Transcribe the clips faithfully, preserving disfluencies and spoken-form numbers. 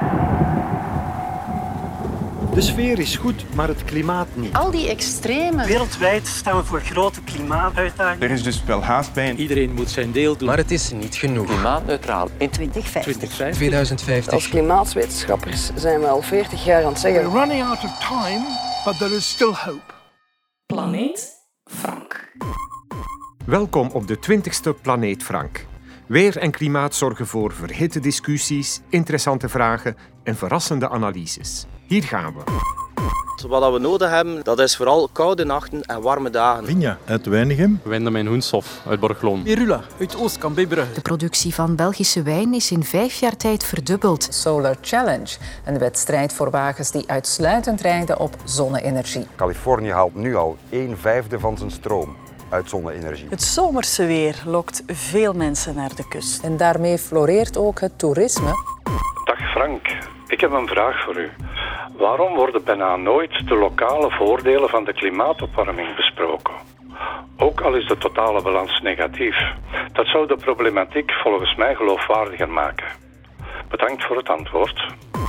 De sfeer is goed, maar het klimaat niet. Al die extreme. Wereldwijd staan we voor grote klimaatuitdagingen. Er is dus wel haast bij. Iedereen moet zijn deel doen. Maar het is niet genoeg. Klimaatneutraal in twintig vijftig. twintig vijftig. Als klimaatwetenschappers zijn we al veertig jaar aan het zeggen. We're running out of time, but there is still hope. Planeet Frank. Welkom op de twintigste Planeet Frank. Weer en klimaat zorgen voor verhitte discussies, interessante vragen en verrassende analyses. Hier gaan we. Wat we nodig hebben, dat is vooral koude nachten en warme dagen. Vinja uit Weinigem. Wendemijn Hoenshof uit Borgloon. Pirula uit Oost-Kambibrugge. De productie van Belgische wijn is in vijf jaar tijd verdubbeld. Solar Challenge, een wedstrijd voor wagens die uitsluitend rijden op zonne-energie. Californië haalt nu al een vijfde van zijn stroom uit zonne-energie. Het zomerse weer lokt veel mensen naar de kust. En daarmee floreert ook het toerisme. Dag Frank, ik heb een vraag voor u. Waarom worden bijna nooit de lokale voordelen van de klimaatopwarming besproken? Ook al is de totale balans negatief. Dat zou de problematiek volgens mij geloofwaardiger maken. Bedankt voor het antwoord.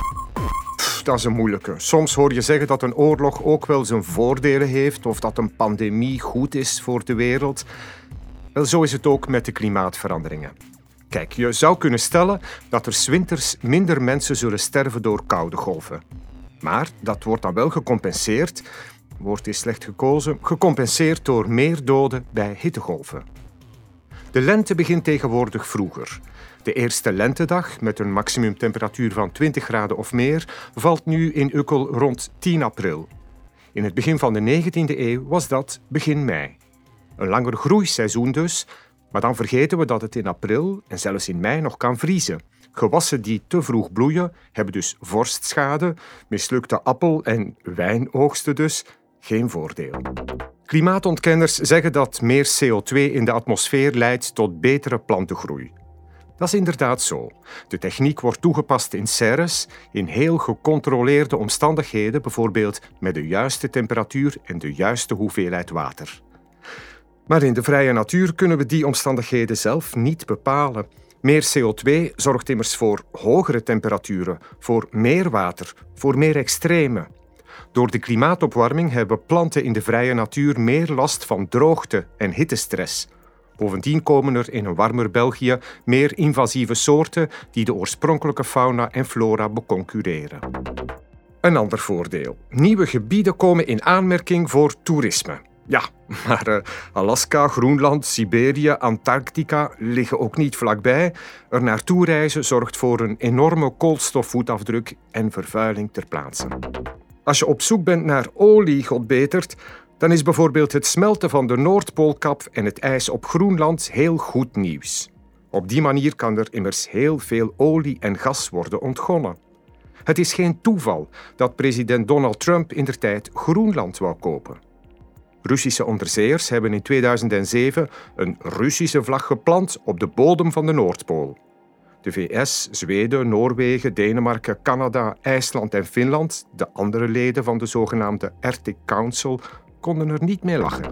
Dat is een moeilijke. Soms hoor je zeggen dat een oorlog ook wel zijn voordelen heeft of dat een pandemie goed is voor de wereld. Wel, zo is het ook met de klimaatveranderingen. Kijk, je zou kunnen stellen dat er 's winters minder mensen zullen sterven door koude golven. Maar dat wordt dan wel gecompenseerd, woord is slecht gekozen, gecompenseerd door meer doden bij hittegolven. De lente begint tegenwoordig vroeger. De eerste lentedag, met een maximumtemperatuur van twintig graden of meer, valt nu in Uckel rond tien april. In het begin van de negentiende eeuw was dat begin mei. Een langer groeiseizoen dus, maar dan vergeten we dat het in april en zelfs in mei nog kan vriezen. Gewassen die te vroeg bloeien, hebben dus vorstschade, mislukte appel- en wijnoogsten dus, geen voordeel. Klimaatontkenners zeggen dat meer C O twee in de atmosfeer leidt tot betere plantengroei. Dat is inderdaad zo. De techniek wordt toegepast in serres, in heel gecontroleerde omstandigheden, bijvoorbeeld met de juiste temperatuur en de juiste hoeveelheid water. Maar in de vrije natuur kunnen we die omstandigheden zelf niet bepalen. Meer C O twee zorgt immers voor hogere temperaturen, voor meer water, voor meer extreme. Door de klimaatopwarming hebben planten in de vrije natuur meer last van droogte en hittestress. Bovendien komen er in een warmer België meer invasieve soorten die de oorspronkelijke fauna en flora beconcurreren. Een ander voordeel. Nieuwe gebieden komen in aanmerking voor toerisme. Ja, maar uh, Alaska, Groenland, Siberië, Antarctica liggen ook niet vlakbij. Er naartoe reizen zorgt voor een enorme koolstofvoetafdruk en vervuiling ter plaatse. Als je op zoek bent naar olie, God betert, dan is bijvoorbeeld het smelten van de Noordpoolkap en het ijs op Groenland heel goed nieuws. Op die manier kan er immers heel veel olie en gas worden ontgonnen. Het is geen toeval dat president Donald Trump indertijd Groenland wou kopen. Russische onderzeeërs hebben in tweeduizend zeven een Russische vlag geplant op de bodem van de Noordpool. De V S, Zweden, Noorwegen, Denemarken, Canada, IJsland en Finland, de andere leden van de zogenaamde Arctic Council, konden er niet mee lachen.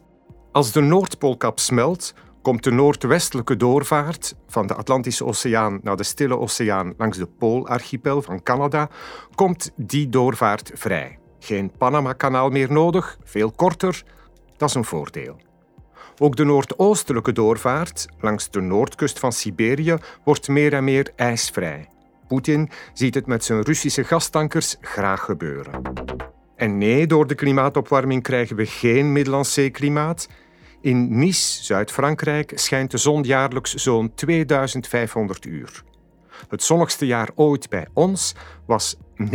Als de Noordpoolkap smelt, komt de noordwestelijke doorvaart van de Atlantische Oceaan naar de Stille Oceaan langs de Poolarchipel van Canada, komt die doorvaart vrij. Geen Panama-kanaal meer nodig, veel korter, dat is een voordeel. Ook de noordoostelijke doorvaart, langs de noordkust van Siberië, wordt meer en meer ijsvrij. Poetin ziet het met zijn Russische gastankers graag gebeuren. En nee, door de klimaatopwarming krijgen we geen Middellandse-klimaat. In Nice, Zuid-Frankrijk, schijnt de zon jaarlijks zo'n tweeduizend vijfhonderd uur. Het zonnigste jaar ooit bij ons was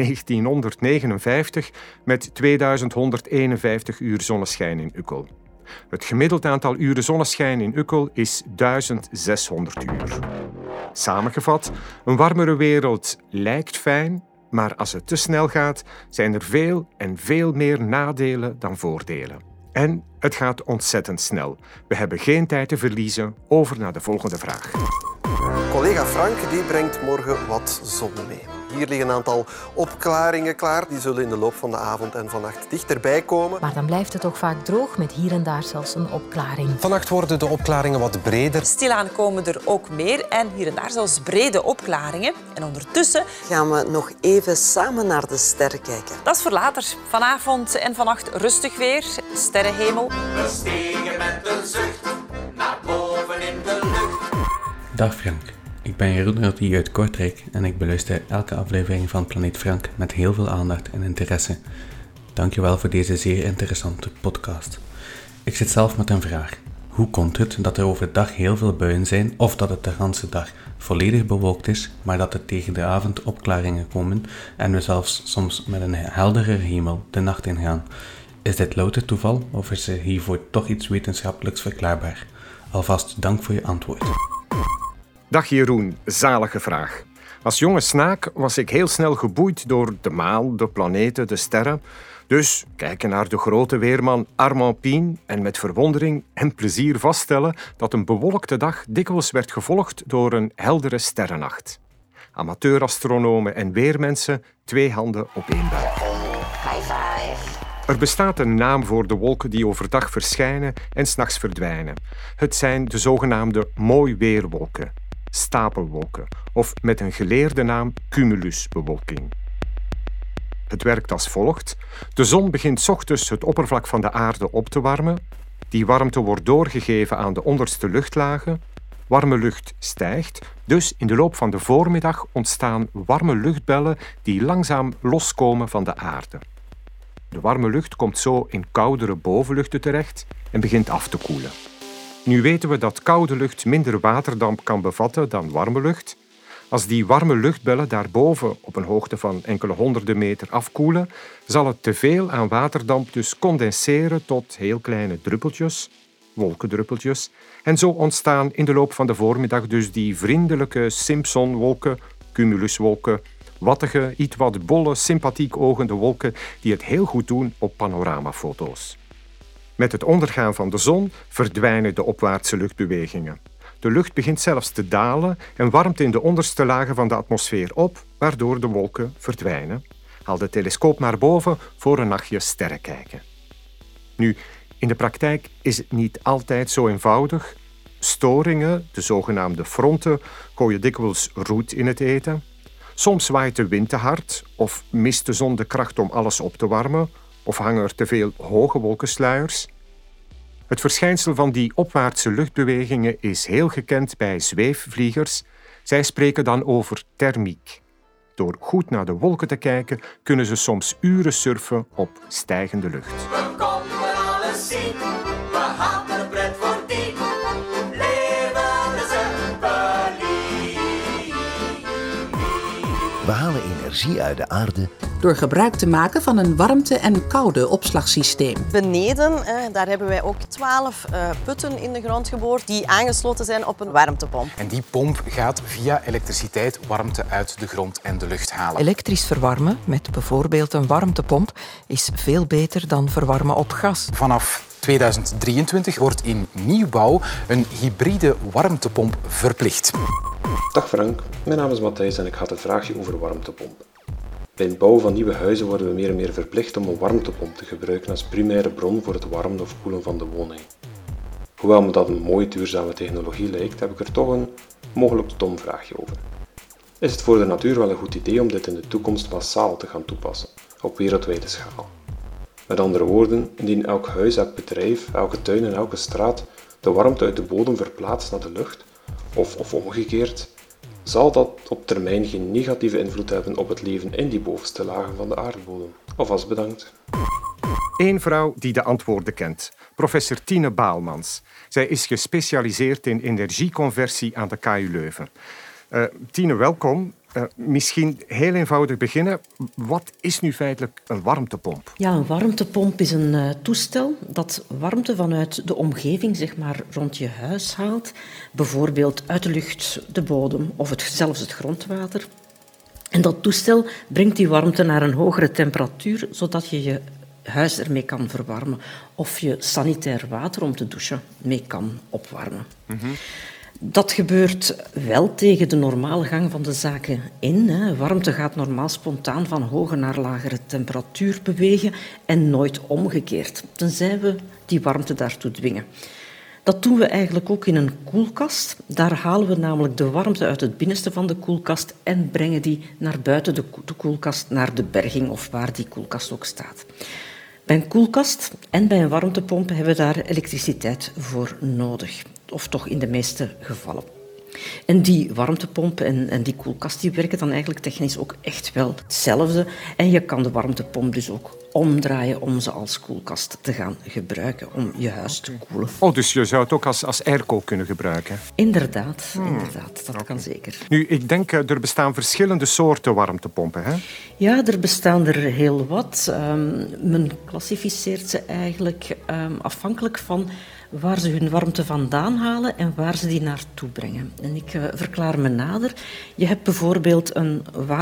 negentienhonderdnegenenvijftig met tweeduizend honderdeenenvijftig uur zonneschijn in Uckel. Het gemiddeld aantal uren zonneschijn in Uckel is duizend zeshonderd uur. Samengevat, een warmere wereld lijkt fijn, maar als het te snel gaat, zijn er veel en veel meer nadelen dan voordelen. En het gaat ontzettend snel. We hebben geen tijd te verliezen. Over naar de volgende vraag. Collega Frank die brengt morgen wat zon mee. Hier liggen een aantal opklaringen klaar. Die zullen in de loop van de avond en vannacht dichterbij komen. Maar dan blijft het toch vaak droog met hier en daar zelfs een opklaring. Vannacht worden de opklaringen wat breder. Stilaan komen er ook meer en hier en daar zelfs brede opklaringen. En ondertussen gaan we nog even samen naar de sterren kijken. Dat is voor later. Vanavond en vannacht rustig weer. Sterrenhemel. We stegen met een zucht naar boven in de lucht. Dag Frank, ik ben Jeroen Roti uit Kortrijk en ik beluister elke aflevering van Planeet Frank met heel veel aandacht en interesse. Dankjewel voor deze zeer interessante podcast. Ik zit zelf met een vraag. Hoe komt het dat er overdag heel veel buien zijn of dat het de hele dag volledig bewolkt is, maar dat er tegen de avond opklaringen komen en we zelfs soms met een heldere hemel de nacht ingaan? Is dit louter toeval of is er hiervoor toch iets wetenschappelijks verklaarbaar? Alvast dank voor je antwoord. Dag Jeroen, zalige vraag. Als jonge snaak was ik heel snel geboeid door de maan, de planeten, de sterren. Dus kijken naar de grote weerman Armand Pien en met verwondering en plezier vaststellen dat een bewolkte dag dikwijls werd gevolgd door een heldere sterrennacht. Amateurastronomen en weermensen, twee handen op één buik. Er bestaat een naam voor de wolken die overdag verschijnen en 's nachts verdwijnen. Het zijn de zogenaamde mooi weerwolken, stapelwolken of met een geleerde naam cumulusbewolking. Het werkt als volgt. De zon begint 's ochtends het oppervlak van de aarde op te warmen. Die warmte wordt doorgegeven aan de onderste luchtlagen. Warme lucht stijgt, dus in de loop van de voormiddag ontstaan warme luchtbellen die langzaam loskomen van de aarde. De warme lucht komt zo in koudere bovenluchten terecht en begint af te koelen. Nu weten we dat koude lucht minder waterdamp kan bevatten dan warme lucht. Als die warme luchtbellen daarboven op een hoogte van enkele honderden meter afkoelen, zal het teveel aan waterdamp dus condenseren tot heel kleine druppeltjes, wolkendruppeltjes, en zo ontstaan in de loop van de voormiddag dus die vriendelijke Simpson-wolken, cumuluswolken, wattige, iets wat bolle, sympathiek ogende wolken die het heel goed doen op panoramafoto's. Met het ondergaan van de zon verdwijnen de opwaartse luchtbewegingen. De lucht begint zelfs te dalen en warmt in de onderste lagen van de atmosfeer op, waardoor de wolken verdwijnen. Haal de telescoop maar boven voor een nachtje sterren kijken. Nu, in de praktijk is het niet altijd zo eenvoudig. Storingen, de zogenaamde fronten, gooien dikwijls roet in het eten. Soms waait de wind te hard of mist de zon de kracht om alles op te warmen of hangen er te veel hoge wolkensluiers. Het verschijnsel van die opwaartse luchtbewegingen is heel gekend bij zweefvliegers. Zij spreken dan over thermiek. Door goed naar de wolken te kijken kunnen ze soms uren surfen op stijgende lucht. We komen alles zien, we gaan er pret voor tien. Leven de Zeppelin. We halen energie uit de aarde door gebruik te maken van een warmte- en koude opslagsysteem. Beneden, eh, daar hebben wij ook twaalf uh, putten in de grond geboord die aangesloten zijn op een warmtepomp. En die pomp gaat via elektriciteit warmte uit de grond en de lucht halen. Elektrisch verwarmen met bijvoorbeeld een warmtepomp is veel beter dan verwarmen op gas. Vanaf tweeduizend drieëntwintig wordt in nieuwbouw een hybride warmtepomp verplicht. Dag Frank, mijn naam is Matthijs en ik had een vraagje over warmtepomp. Bij het bouwen van nieuwe huizen worden we meer en meer verplicht om een warmtepomp te gebruiken als primaire bron voor het warmen of koelen van de woning. Hoewel me dat een mooie duurzame technologie lijkt, heb ik er toch een mogelijk stom vraagje over. Is het voor de natuur wel een goed idee om dit in de toekomst massaal te gaan toepassen, op wereldwijde schaal? Met andere woorden, indien elk huis, elk bedrijf, elke tuin en elke straat de warmte uit de bodem verplaatst naar de lucht, of, of omgekeerd, zal dat op termijn geen negatieve invloed hebben op het leven in die bovenste lagen van de aardbodem. Alvast bedankt. Eén vrouw die de antwoorden kent, professor Tine Baalmans. Zij is gespecialiseerd in energieconversie aan de K U Leuven. Uh, Tine, welkom. Uh, misschien heel eenvoudig beginnen. Wat is nu feitelijk een warmtepomp? Ja, een warmtepomp is een uh, toestel dat warmte vanuit de omgeving, zeg maar, rond je huis haalt. Bijvoorbeeld uit de lucht, de bodem of het, zelfs het grondwater. En dat toestel brengt die warmte naar een hogere temperatuur, zodat je je huis ermee kan verwarmen. Of je sanitair water om te douchen mee kan opwarmen. Mm-hmm. Dat gebeurt wel tegen de normale gang van de zaken in. Hè. Warmte gaat normaal spontaan van hoge naar lagere temperatuur bewegen en nooit omgekeerd, tenzij we die warmte daartoe dwingen. Dat doen we eigenlijk ook in een koelkast. Daar halen we namelijk de warmte uit het binnenste van de koelkast en brengen die naar buiten de koelkast, naar de berging of waar die koelkast ook staat. Bij een koelkast en bij een warmtepomp hebben we daar elektriciteit voor nodig. Of toch in de meeste gevallen. En die warmtepomp en, en die koelkast die werken dan eigenlijk technisch ook echt wel hetzelfde. En je kan de warmtepomp dus ook omdraaien om ze als koelkast te gaan gebruiken om je huis te koelen. Oh, dus je zou het ook als, als airco kunnen gebruiken? Inderdaad, hmm. inderdaad dat okay. kan zeker. Nu, ik denk, er bestaan verschillende soorten warmtepompen, hè? Ja, er bestaan er heel wat. Um, men klassificeert ze eigenlijk um, afhankelijk van waar ze hun warmte vandaan halen en waar ze die naartoe brengen. En ik uh, verklaar me nader. Je hebt bijvoorbeeld een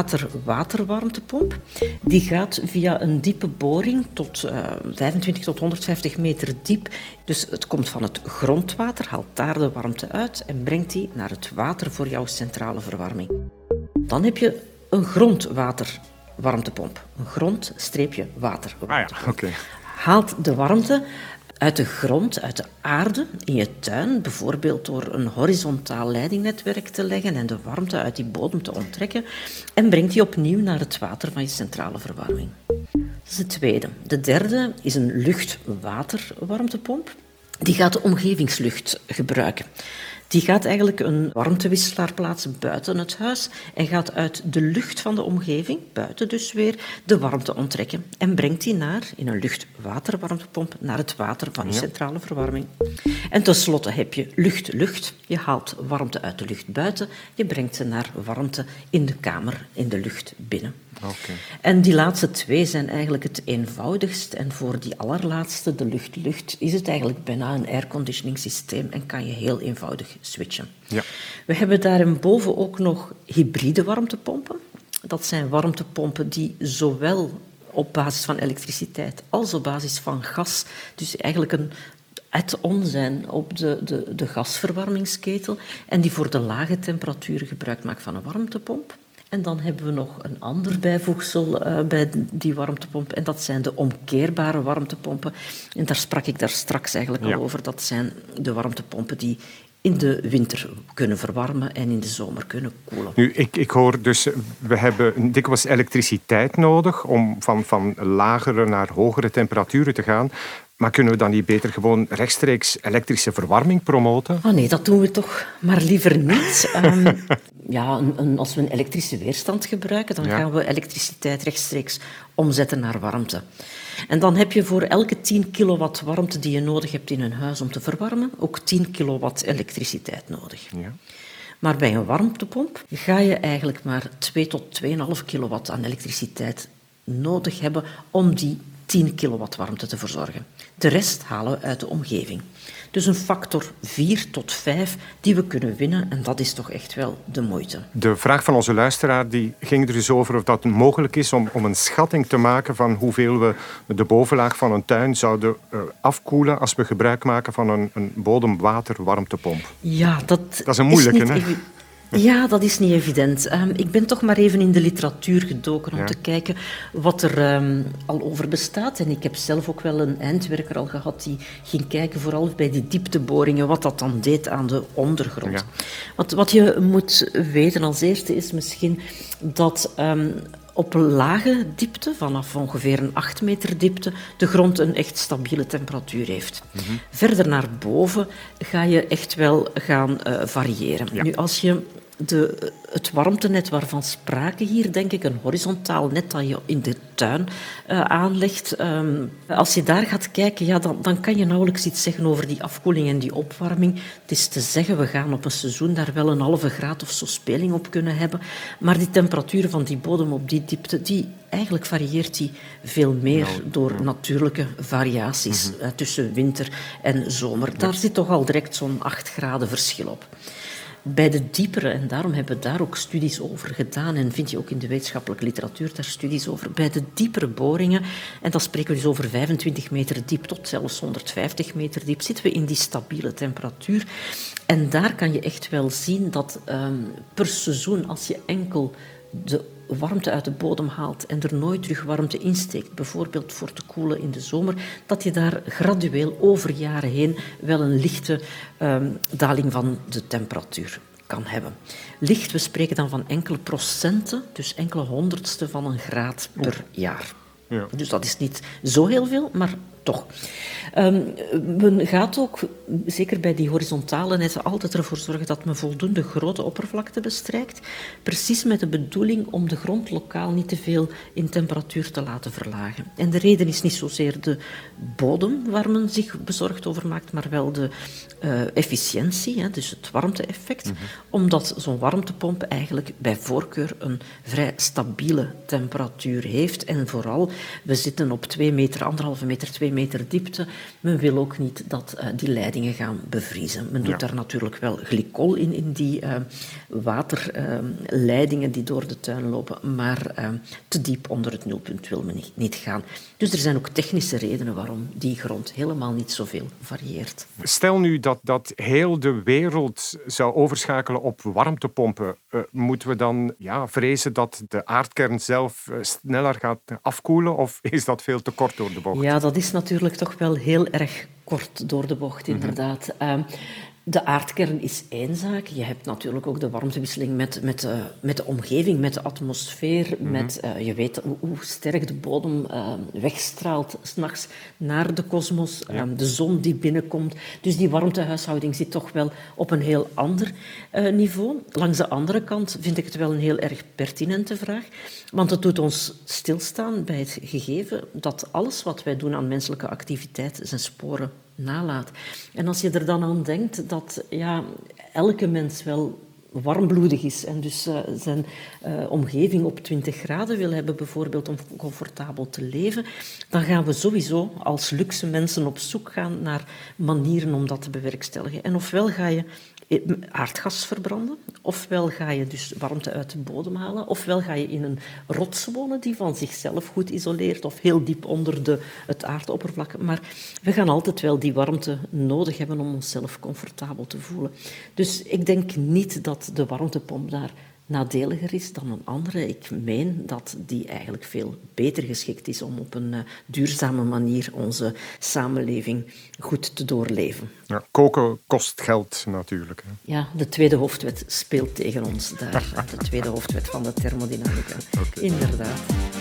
water-waterwarmtepomp. Die gaat via een diepe boring tot uh, vijfentwintig tot honderdvijftig meter diep. Dus het komt van het grondwater, haalt daar de warmte uit en brengt die naar het water voor jouw centrale verwarming. Dan heb je een grondwaterwarmtepomp. Een grond-water. Ah ja, oké. Okay. Haalt de warmte uit de grond, uit de aarde, in je tuin, bijvoorbeeld door een horizontaal leidingnetwerk te leggen en de warmte uit die bodem te onttrekken en brengt die opnieuw naar het water van je centrale verwarming. Dat is de tweede. De derde is een lucht-waterwarmtepomp. Die gaat de omgevingslucht gebruiken. Die gaat eigenlijk een warmtewisselaar plaatsen buiten het huis en gaat uit de lucht van de omgeving, buiten dus weer, de warmte onttrekken en brengt die naar, in een lucht-waterwarmtepomp, naar het water van je centrale verwarming. En tenslotte heb je lucht-lucht. Je haalt warmte uit de lucht buiten, je brengt ze naar warmte in de kamer, in de lucht binnen. Okay. En die laatste twee zijn eigenlijk het eenvoudigst. En voor die allerlaatste, de lucht-lucht, is het eigenlijk bijna een airconditioning systeem en kan je heel eenvoudig switchen. Ja. We hebben daarboven ook nog hybride warmtepompen. Dat zijn warmtepompen die zowel op basis van elektriciteit als op basis van gas, dus eigenlijk een add-on zijn op de, de, de gasverwarmingsketel en die voor de lage temperaturen gebruik maken van een warmtepomp. En dan hebben we nog een ander bijvoegsel uh, bij die warmtepomp en dat zijn de omkeerbare warmtepompen. En daar sprak ik daar straks eigenlijk ja. al over. Dat zijn de warmtepompen die in de winter kunnen verwarmen en in de zomer kunnen koelen. Nu, ik, ik hoor dus, we hebben dikwijls elektriciteit nodig om van, van lagere naar hogere temperaturen te gaan. Maar kunnen we dan niet beter gewoon rechtstreeks elektrische verwarming promoten? Oh nee, dat doen we toch maar liever niet. um, ja, een, een, als we een elektrische weerstand gebruiken, dan ja. gaan we elektriciteit rechtstreeks omzetten naar warmte. En dan heb je voor elke tien kilowatt warmte die je nodig hebt in een huis om te verwarmen, ook tien kilowatt elektriciteit nodig. Ja. Maar bij een warmtepomp ga je eigenlijk maar twee tot twee komma vijf kilowatt aan elektriciteit nodig hebben om die tien kilowatt warmte te verzorgen. De rest halen we uit de omgeving. Dus een factor vier tot vijf die we kunnen winnen en dat is toch echt wel de moeite. De vraag van onze luisteraar die ging er dus over of dat mogelijk is om, om een schatting te maken van hoeveel we de bovenlaag van een tuin zouden uh, afkoelen als we gebruik maken van een, een bodemwaterwarmtepomp. Ja, dat, dat is een moeilijke, hè? Evi- Ja, dat is niet evident. Um, ik ben toch maar even in de literatuur gedoken om ja. te kijken wat er um, al over bestaat. En ik heb zelf ook wel een eindwerker al gehad die ging kijken, vooral bij die diepteboringen, wat dat dan deed aan de ondergrond. Ja. Wat, wat je moet weten als eerste is misschien dat um, op een lage diepte, vanaf ongeveer een acht meter diepte, de grond een echt stabiele temperatuur heeft. Mm-hmm. Verder naar boven ga je echt wel gaan uh, variëren. Ja. Nu, als je de, het warmtenet waarvan sprake hier, denk ik, een horizontaal net dat je in de tuin uh, aanlegt. Um, als je daar gaat kijken, ja, dan, dan kan je nauwelijks iets zeggen over die afkoeling en die opwarming. Het is te zeggen, we gaan op een seizoen daar wel een halve graad of zo speling op kunnen hebben. Maar die temperatuur van die bodem op die diepte, die eigenlijk varieert die veel meer nou, door ja. natuurlijke variaties mm-hmm. uh, tussen winter en zomer. Daar ja. zit toch al direct zo'n acht graden verschil op. Bij de diepere, en daarom hebben we daar ook studies over gedaan en vind je ook in de wetenschappelijke literatuur daar studies over, bij de diepere boringen, en dan spreken we dus over vijfentwintig meter diep tot zelfs honderdvijftig meter diep, zitten we in die stabiele temperatuur. En daar kan je echt wel zien dat um, per seizoen, als je enkel de warmte uit de bodem haalt en er nooit terug warmte insteekt, bijvoorbeeld voor te koelen in de zomer, dat je daar gradueel over jaren heen wel een lichte um, daling van de temperatuur kan hebben. Licht, we spreken dan van enkele procenten, dus enkele honderdste van een graad per jaar. Ja. Dus dat is niet zo heel veel, maar toch. Um, men gaat ook, zeker bij die horizontale netten, altijd ervoor zorgen dat men voldoende grote oppervlakte bestrijkt, precies met de bedoeling om de grond lokaal niet te veel in temperatuur te laten verlagen. En de reden is niet zozeer de bodem waar men zich bezorgd over maakt, maar wel de uh, efficiëntie, hè, dus het warmte-effect, mm-hmm. omdat zo'n warmtepomp eigenlijk bij voorkeur een vrij stabiele temperatuur heeft. En vooral, we zitten op twee meter, anderhalve meter, twee meter diepte. Men wil ook niet dat uh, die leidingen gaan bevriezen. Men doet ja. daar natuurlijk wel glycol in, in die uh, waterleidingen uh, die door de tuin lopen, maar uh, te diep onder het nulpunt wil men niet, niet gaan. Dus er zijn ook technische redenen waarom die grond helemaal niet zoveel varieert. Stel nu dat, dat heel de wereld zou overschakelen op warmtepompen. Uh, moeten we dan ja, vrezen dat de aardkern zelf uh, sneller gaat afkoelen, of is dat veel te kort door de bocht? Ja, dat is natuurlijk toch wel heel erg kort door de bocht, inderdaad. Mm-hmm. Uh, de aardkern is één zaak. Je hebt natuurlijk ook de warmtewisseling met, met, uh, met de omgeving, met de atmosfeer. Mm-hmm. Met, uh, je weet hoe, hoe sterk de bodem uh, wegstraalt 's nachts naar de kosmos. Ja. Um, de zon die binnenkomt. Dus die warmtehuishouding zit toch wel op een heel ander uh, niveau. Langs de andere kant vind ik het wel een heel erg pertinente vraag. Want het doet ons stilstaan bij het gegeven dat alles wat wij doen aan menselijke activiteit zijn sporen nalaat. En als je er dan aan denkt dat ja, elke mens wel warmbloedig is en dus uh, zijn uh, omgeving op twintig graden wil hebben, bijvoorbeeld om comfortabel te leven, dan gaan we sowieso als luxe mensen op zoek gaan naar manieren om dat te bewerkstelligen. En ofwel ga je aardgas verbranden, ofwel ga je dus warmte uit de bodem halen, ofwel ga je in een rots wonen die van zichzelf goed isoleert of heel diep onder de, het aardoppervlak. Maar we gaan altijd wel die warmte nodig hebben om onszelf comfortabel te voelen. Dus ik denk niet dat de warmtepomp daar nadeliger is dan een andere. Ik meen dat die eigenlijk veel beter geschikt is om op een uh, duurzame manier onze samenleving goed te doorleven. Ja, koken kost geld natuurlijk. Hè. Ja, de tweede hoofdwet speelt tegen ons daar. De tweede hoofdwet van de thermodynamica. Okay. Inderdaad.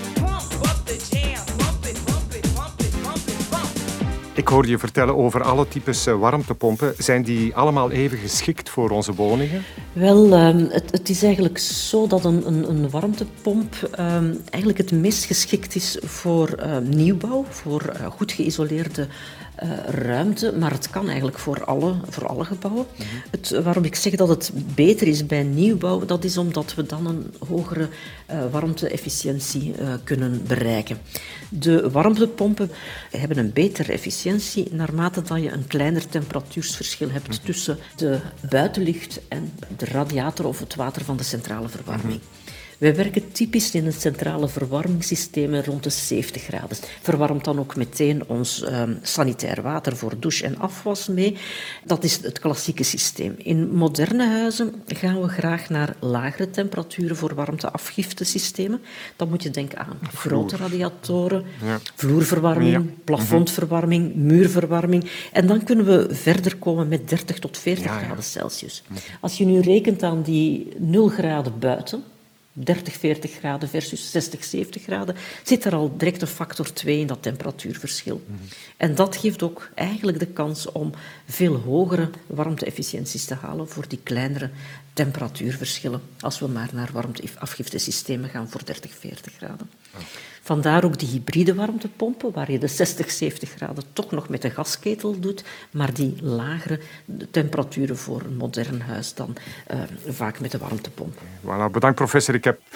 Ik hoorde je vertellen over alle types warmtepompen. Zijn die allemaal even geschikt voor onze woningen? Wel, um, het, het is eigenlijk zo dat een, een, een warmtepomp um, eigenlijk het meest geschikt is voor uh, nieuwbouw, voor uh, goed geïsoleerde uh, ruimte. Maar het kan eigenlijk voor alle, voor alle gebouwen. Mm-hmm. Het, waarom ik zeg dat het beter is bij nieuwbouw, dat is omdat we dan een hogere uh, warmte-efficiëntie uh, kunnen bereiken. De warmtepompen hebben een betere efficiëntie naarmate dat je een kleiner temperatuursverschil hebt mm-hmm. tussen de buitenlucht en de radiator of het water van de centrale verwarming. Mm-hmm. Wij werken typisch in een centrale verwarmingssysteem rond de zeventig graden. Verwarmt dan ook meteen ons uh, sanitair water voor douche en afwas mee. Dat is het klassieke systeem. In moderne huizen gaan we graag naar lagere temperaturen voor warmteafgiftesystemen. Dan moet je denken aan grote radiatoren, ja. vloerverwarming, ja. plafondverwarming, muurverwarming. En dan kunnen we verder komen met dertig tot veertig ja, ja. graden Celsius. Als je nu rekent aan die nul graden buiten, dertig, veertig graden versus zestig, zeventig graden, zit er al direct een factor twee in dat temperatuurverschil. Mm-hmm. En dat geeft ook eigenlijk de kans om veel hogere warmte-efficiënties te halen voor die kleinere temperatuurverschillen, als we maar naar warmteafgiftesystemen gaan voor dertig, veertig graden. Okay. Vandaar ook die hybride warmtepompen, waar je de zestig, zeventig graden toch nog met een gasketel doet, maar die lagere temperaturen voor een modern huis dan uh, vaak met de warmtepomp. Voilà, bedankt professor. Ik heb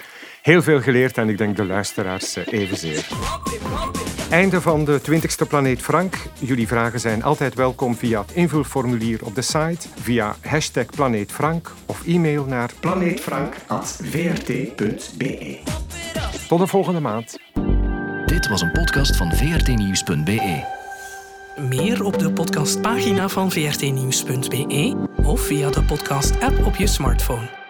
Heel veel geleerd en ik denk de luisteraars evenzeer. Einde van de twintigste Planeet Frank. Jullie vragen zijn altijd welkom via het invulformulier op de site, via hashtag Planeet Frank of e-mail naar planeetfrank at v r t punt b e. Tot de volgende maand. Dit was een podcast van v r t nieuws punt b e. Meer op de podcastpagina van v r t nieuws punt b e of via de podcast-app op je smartphone.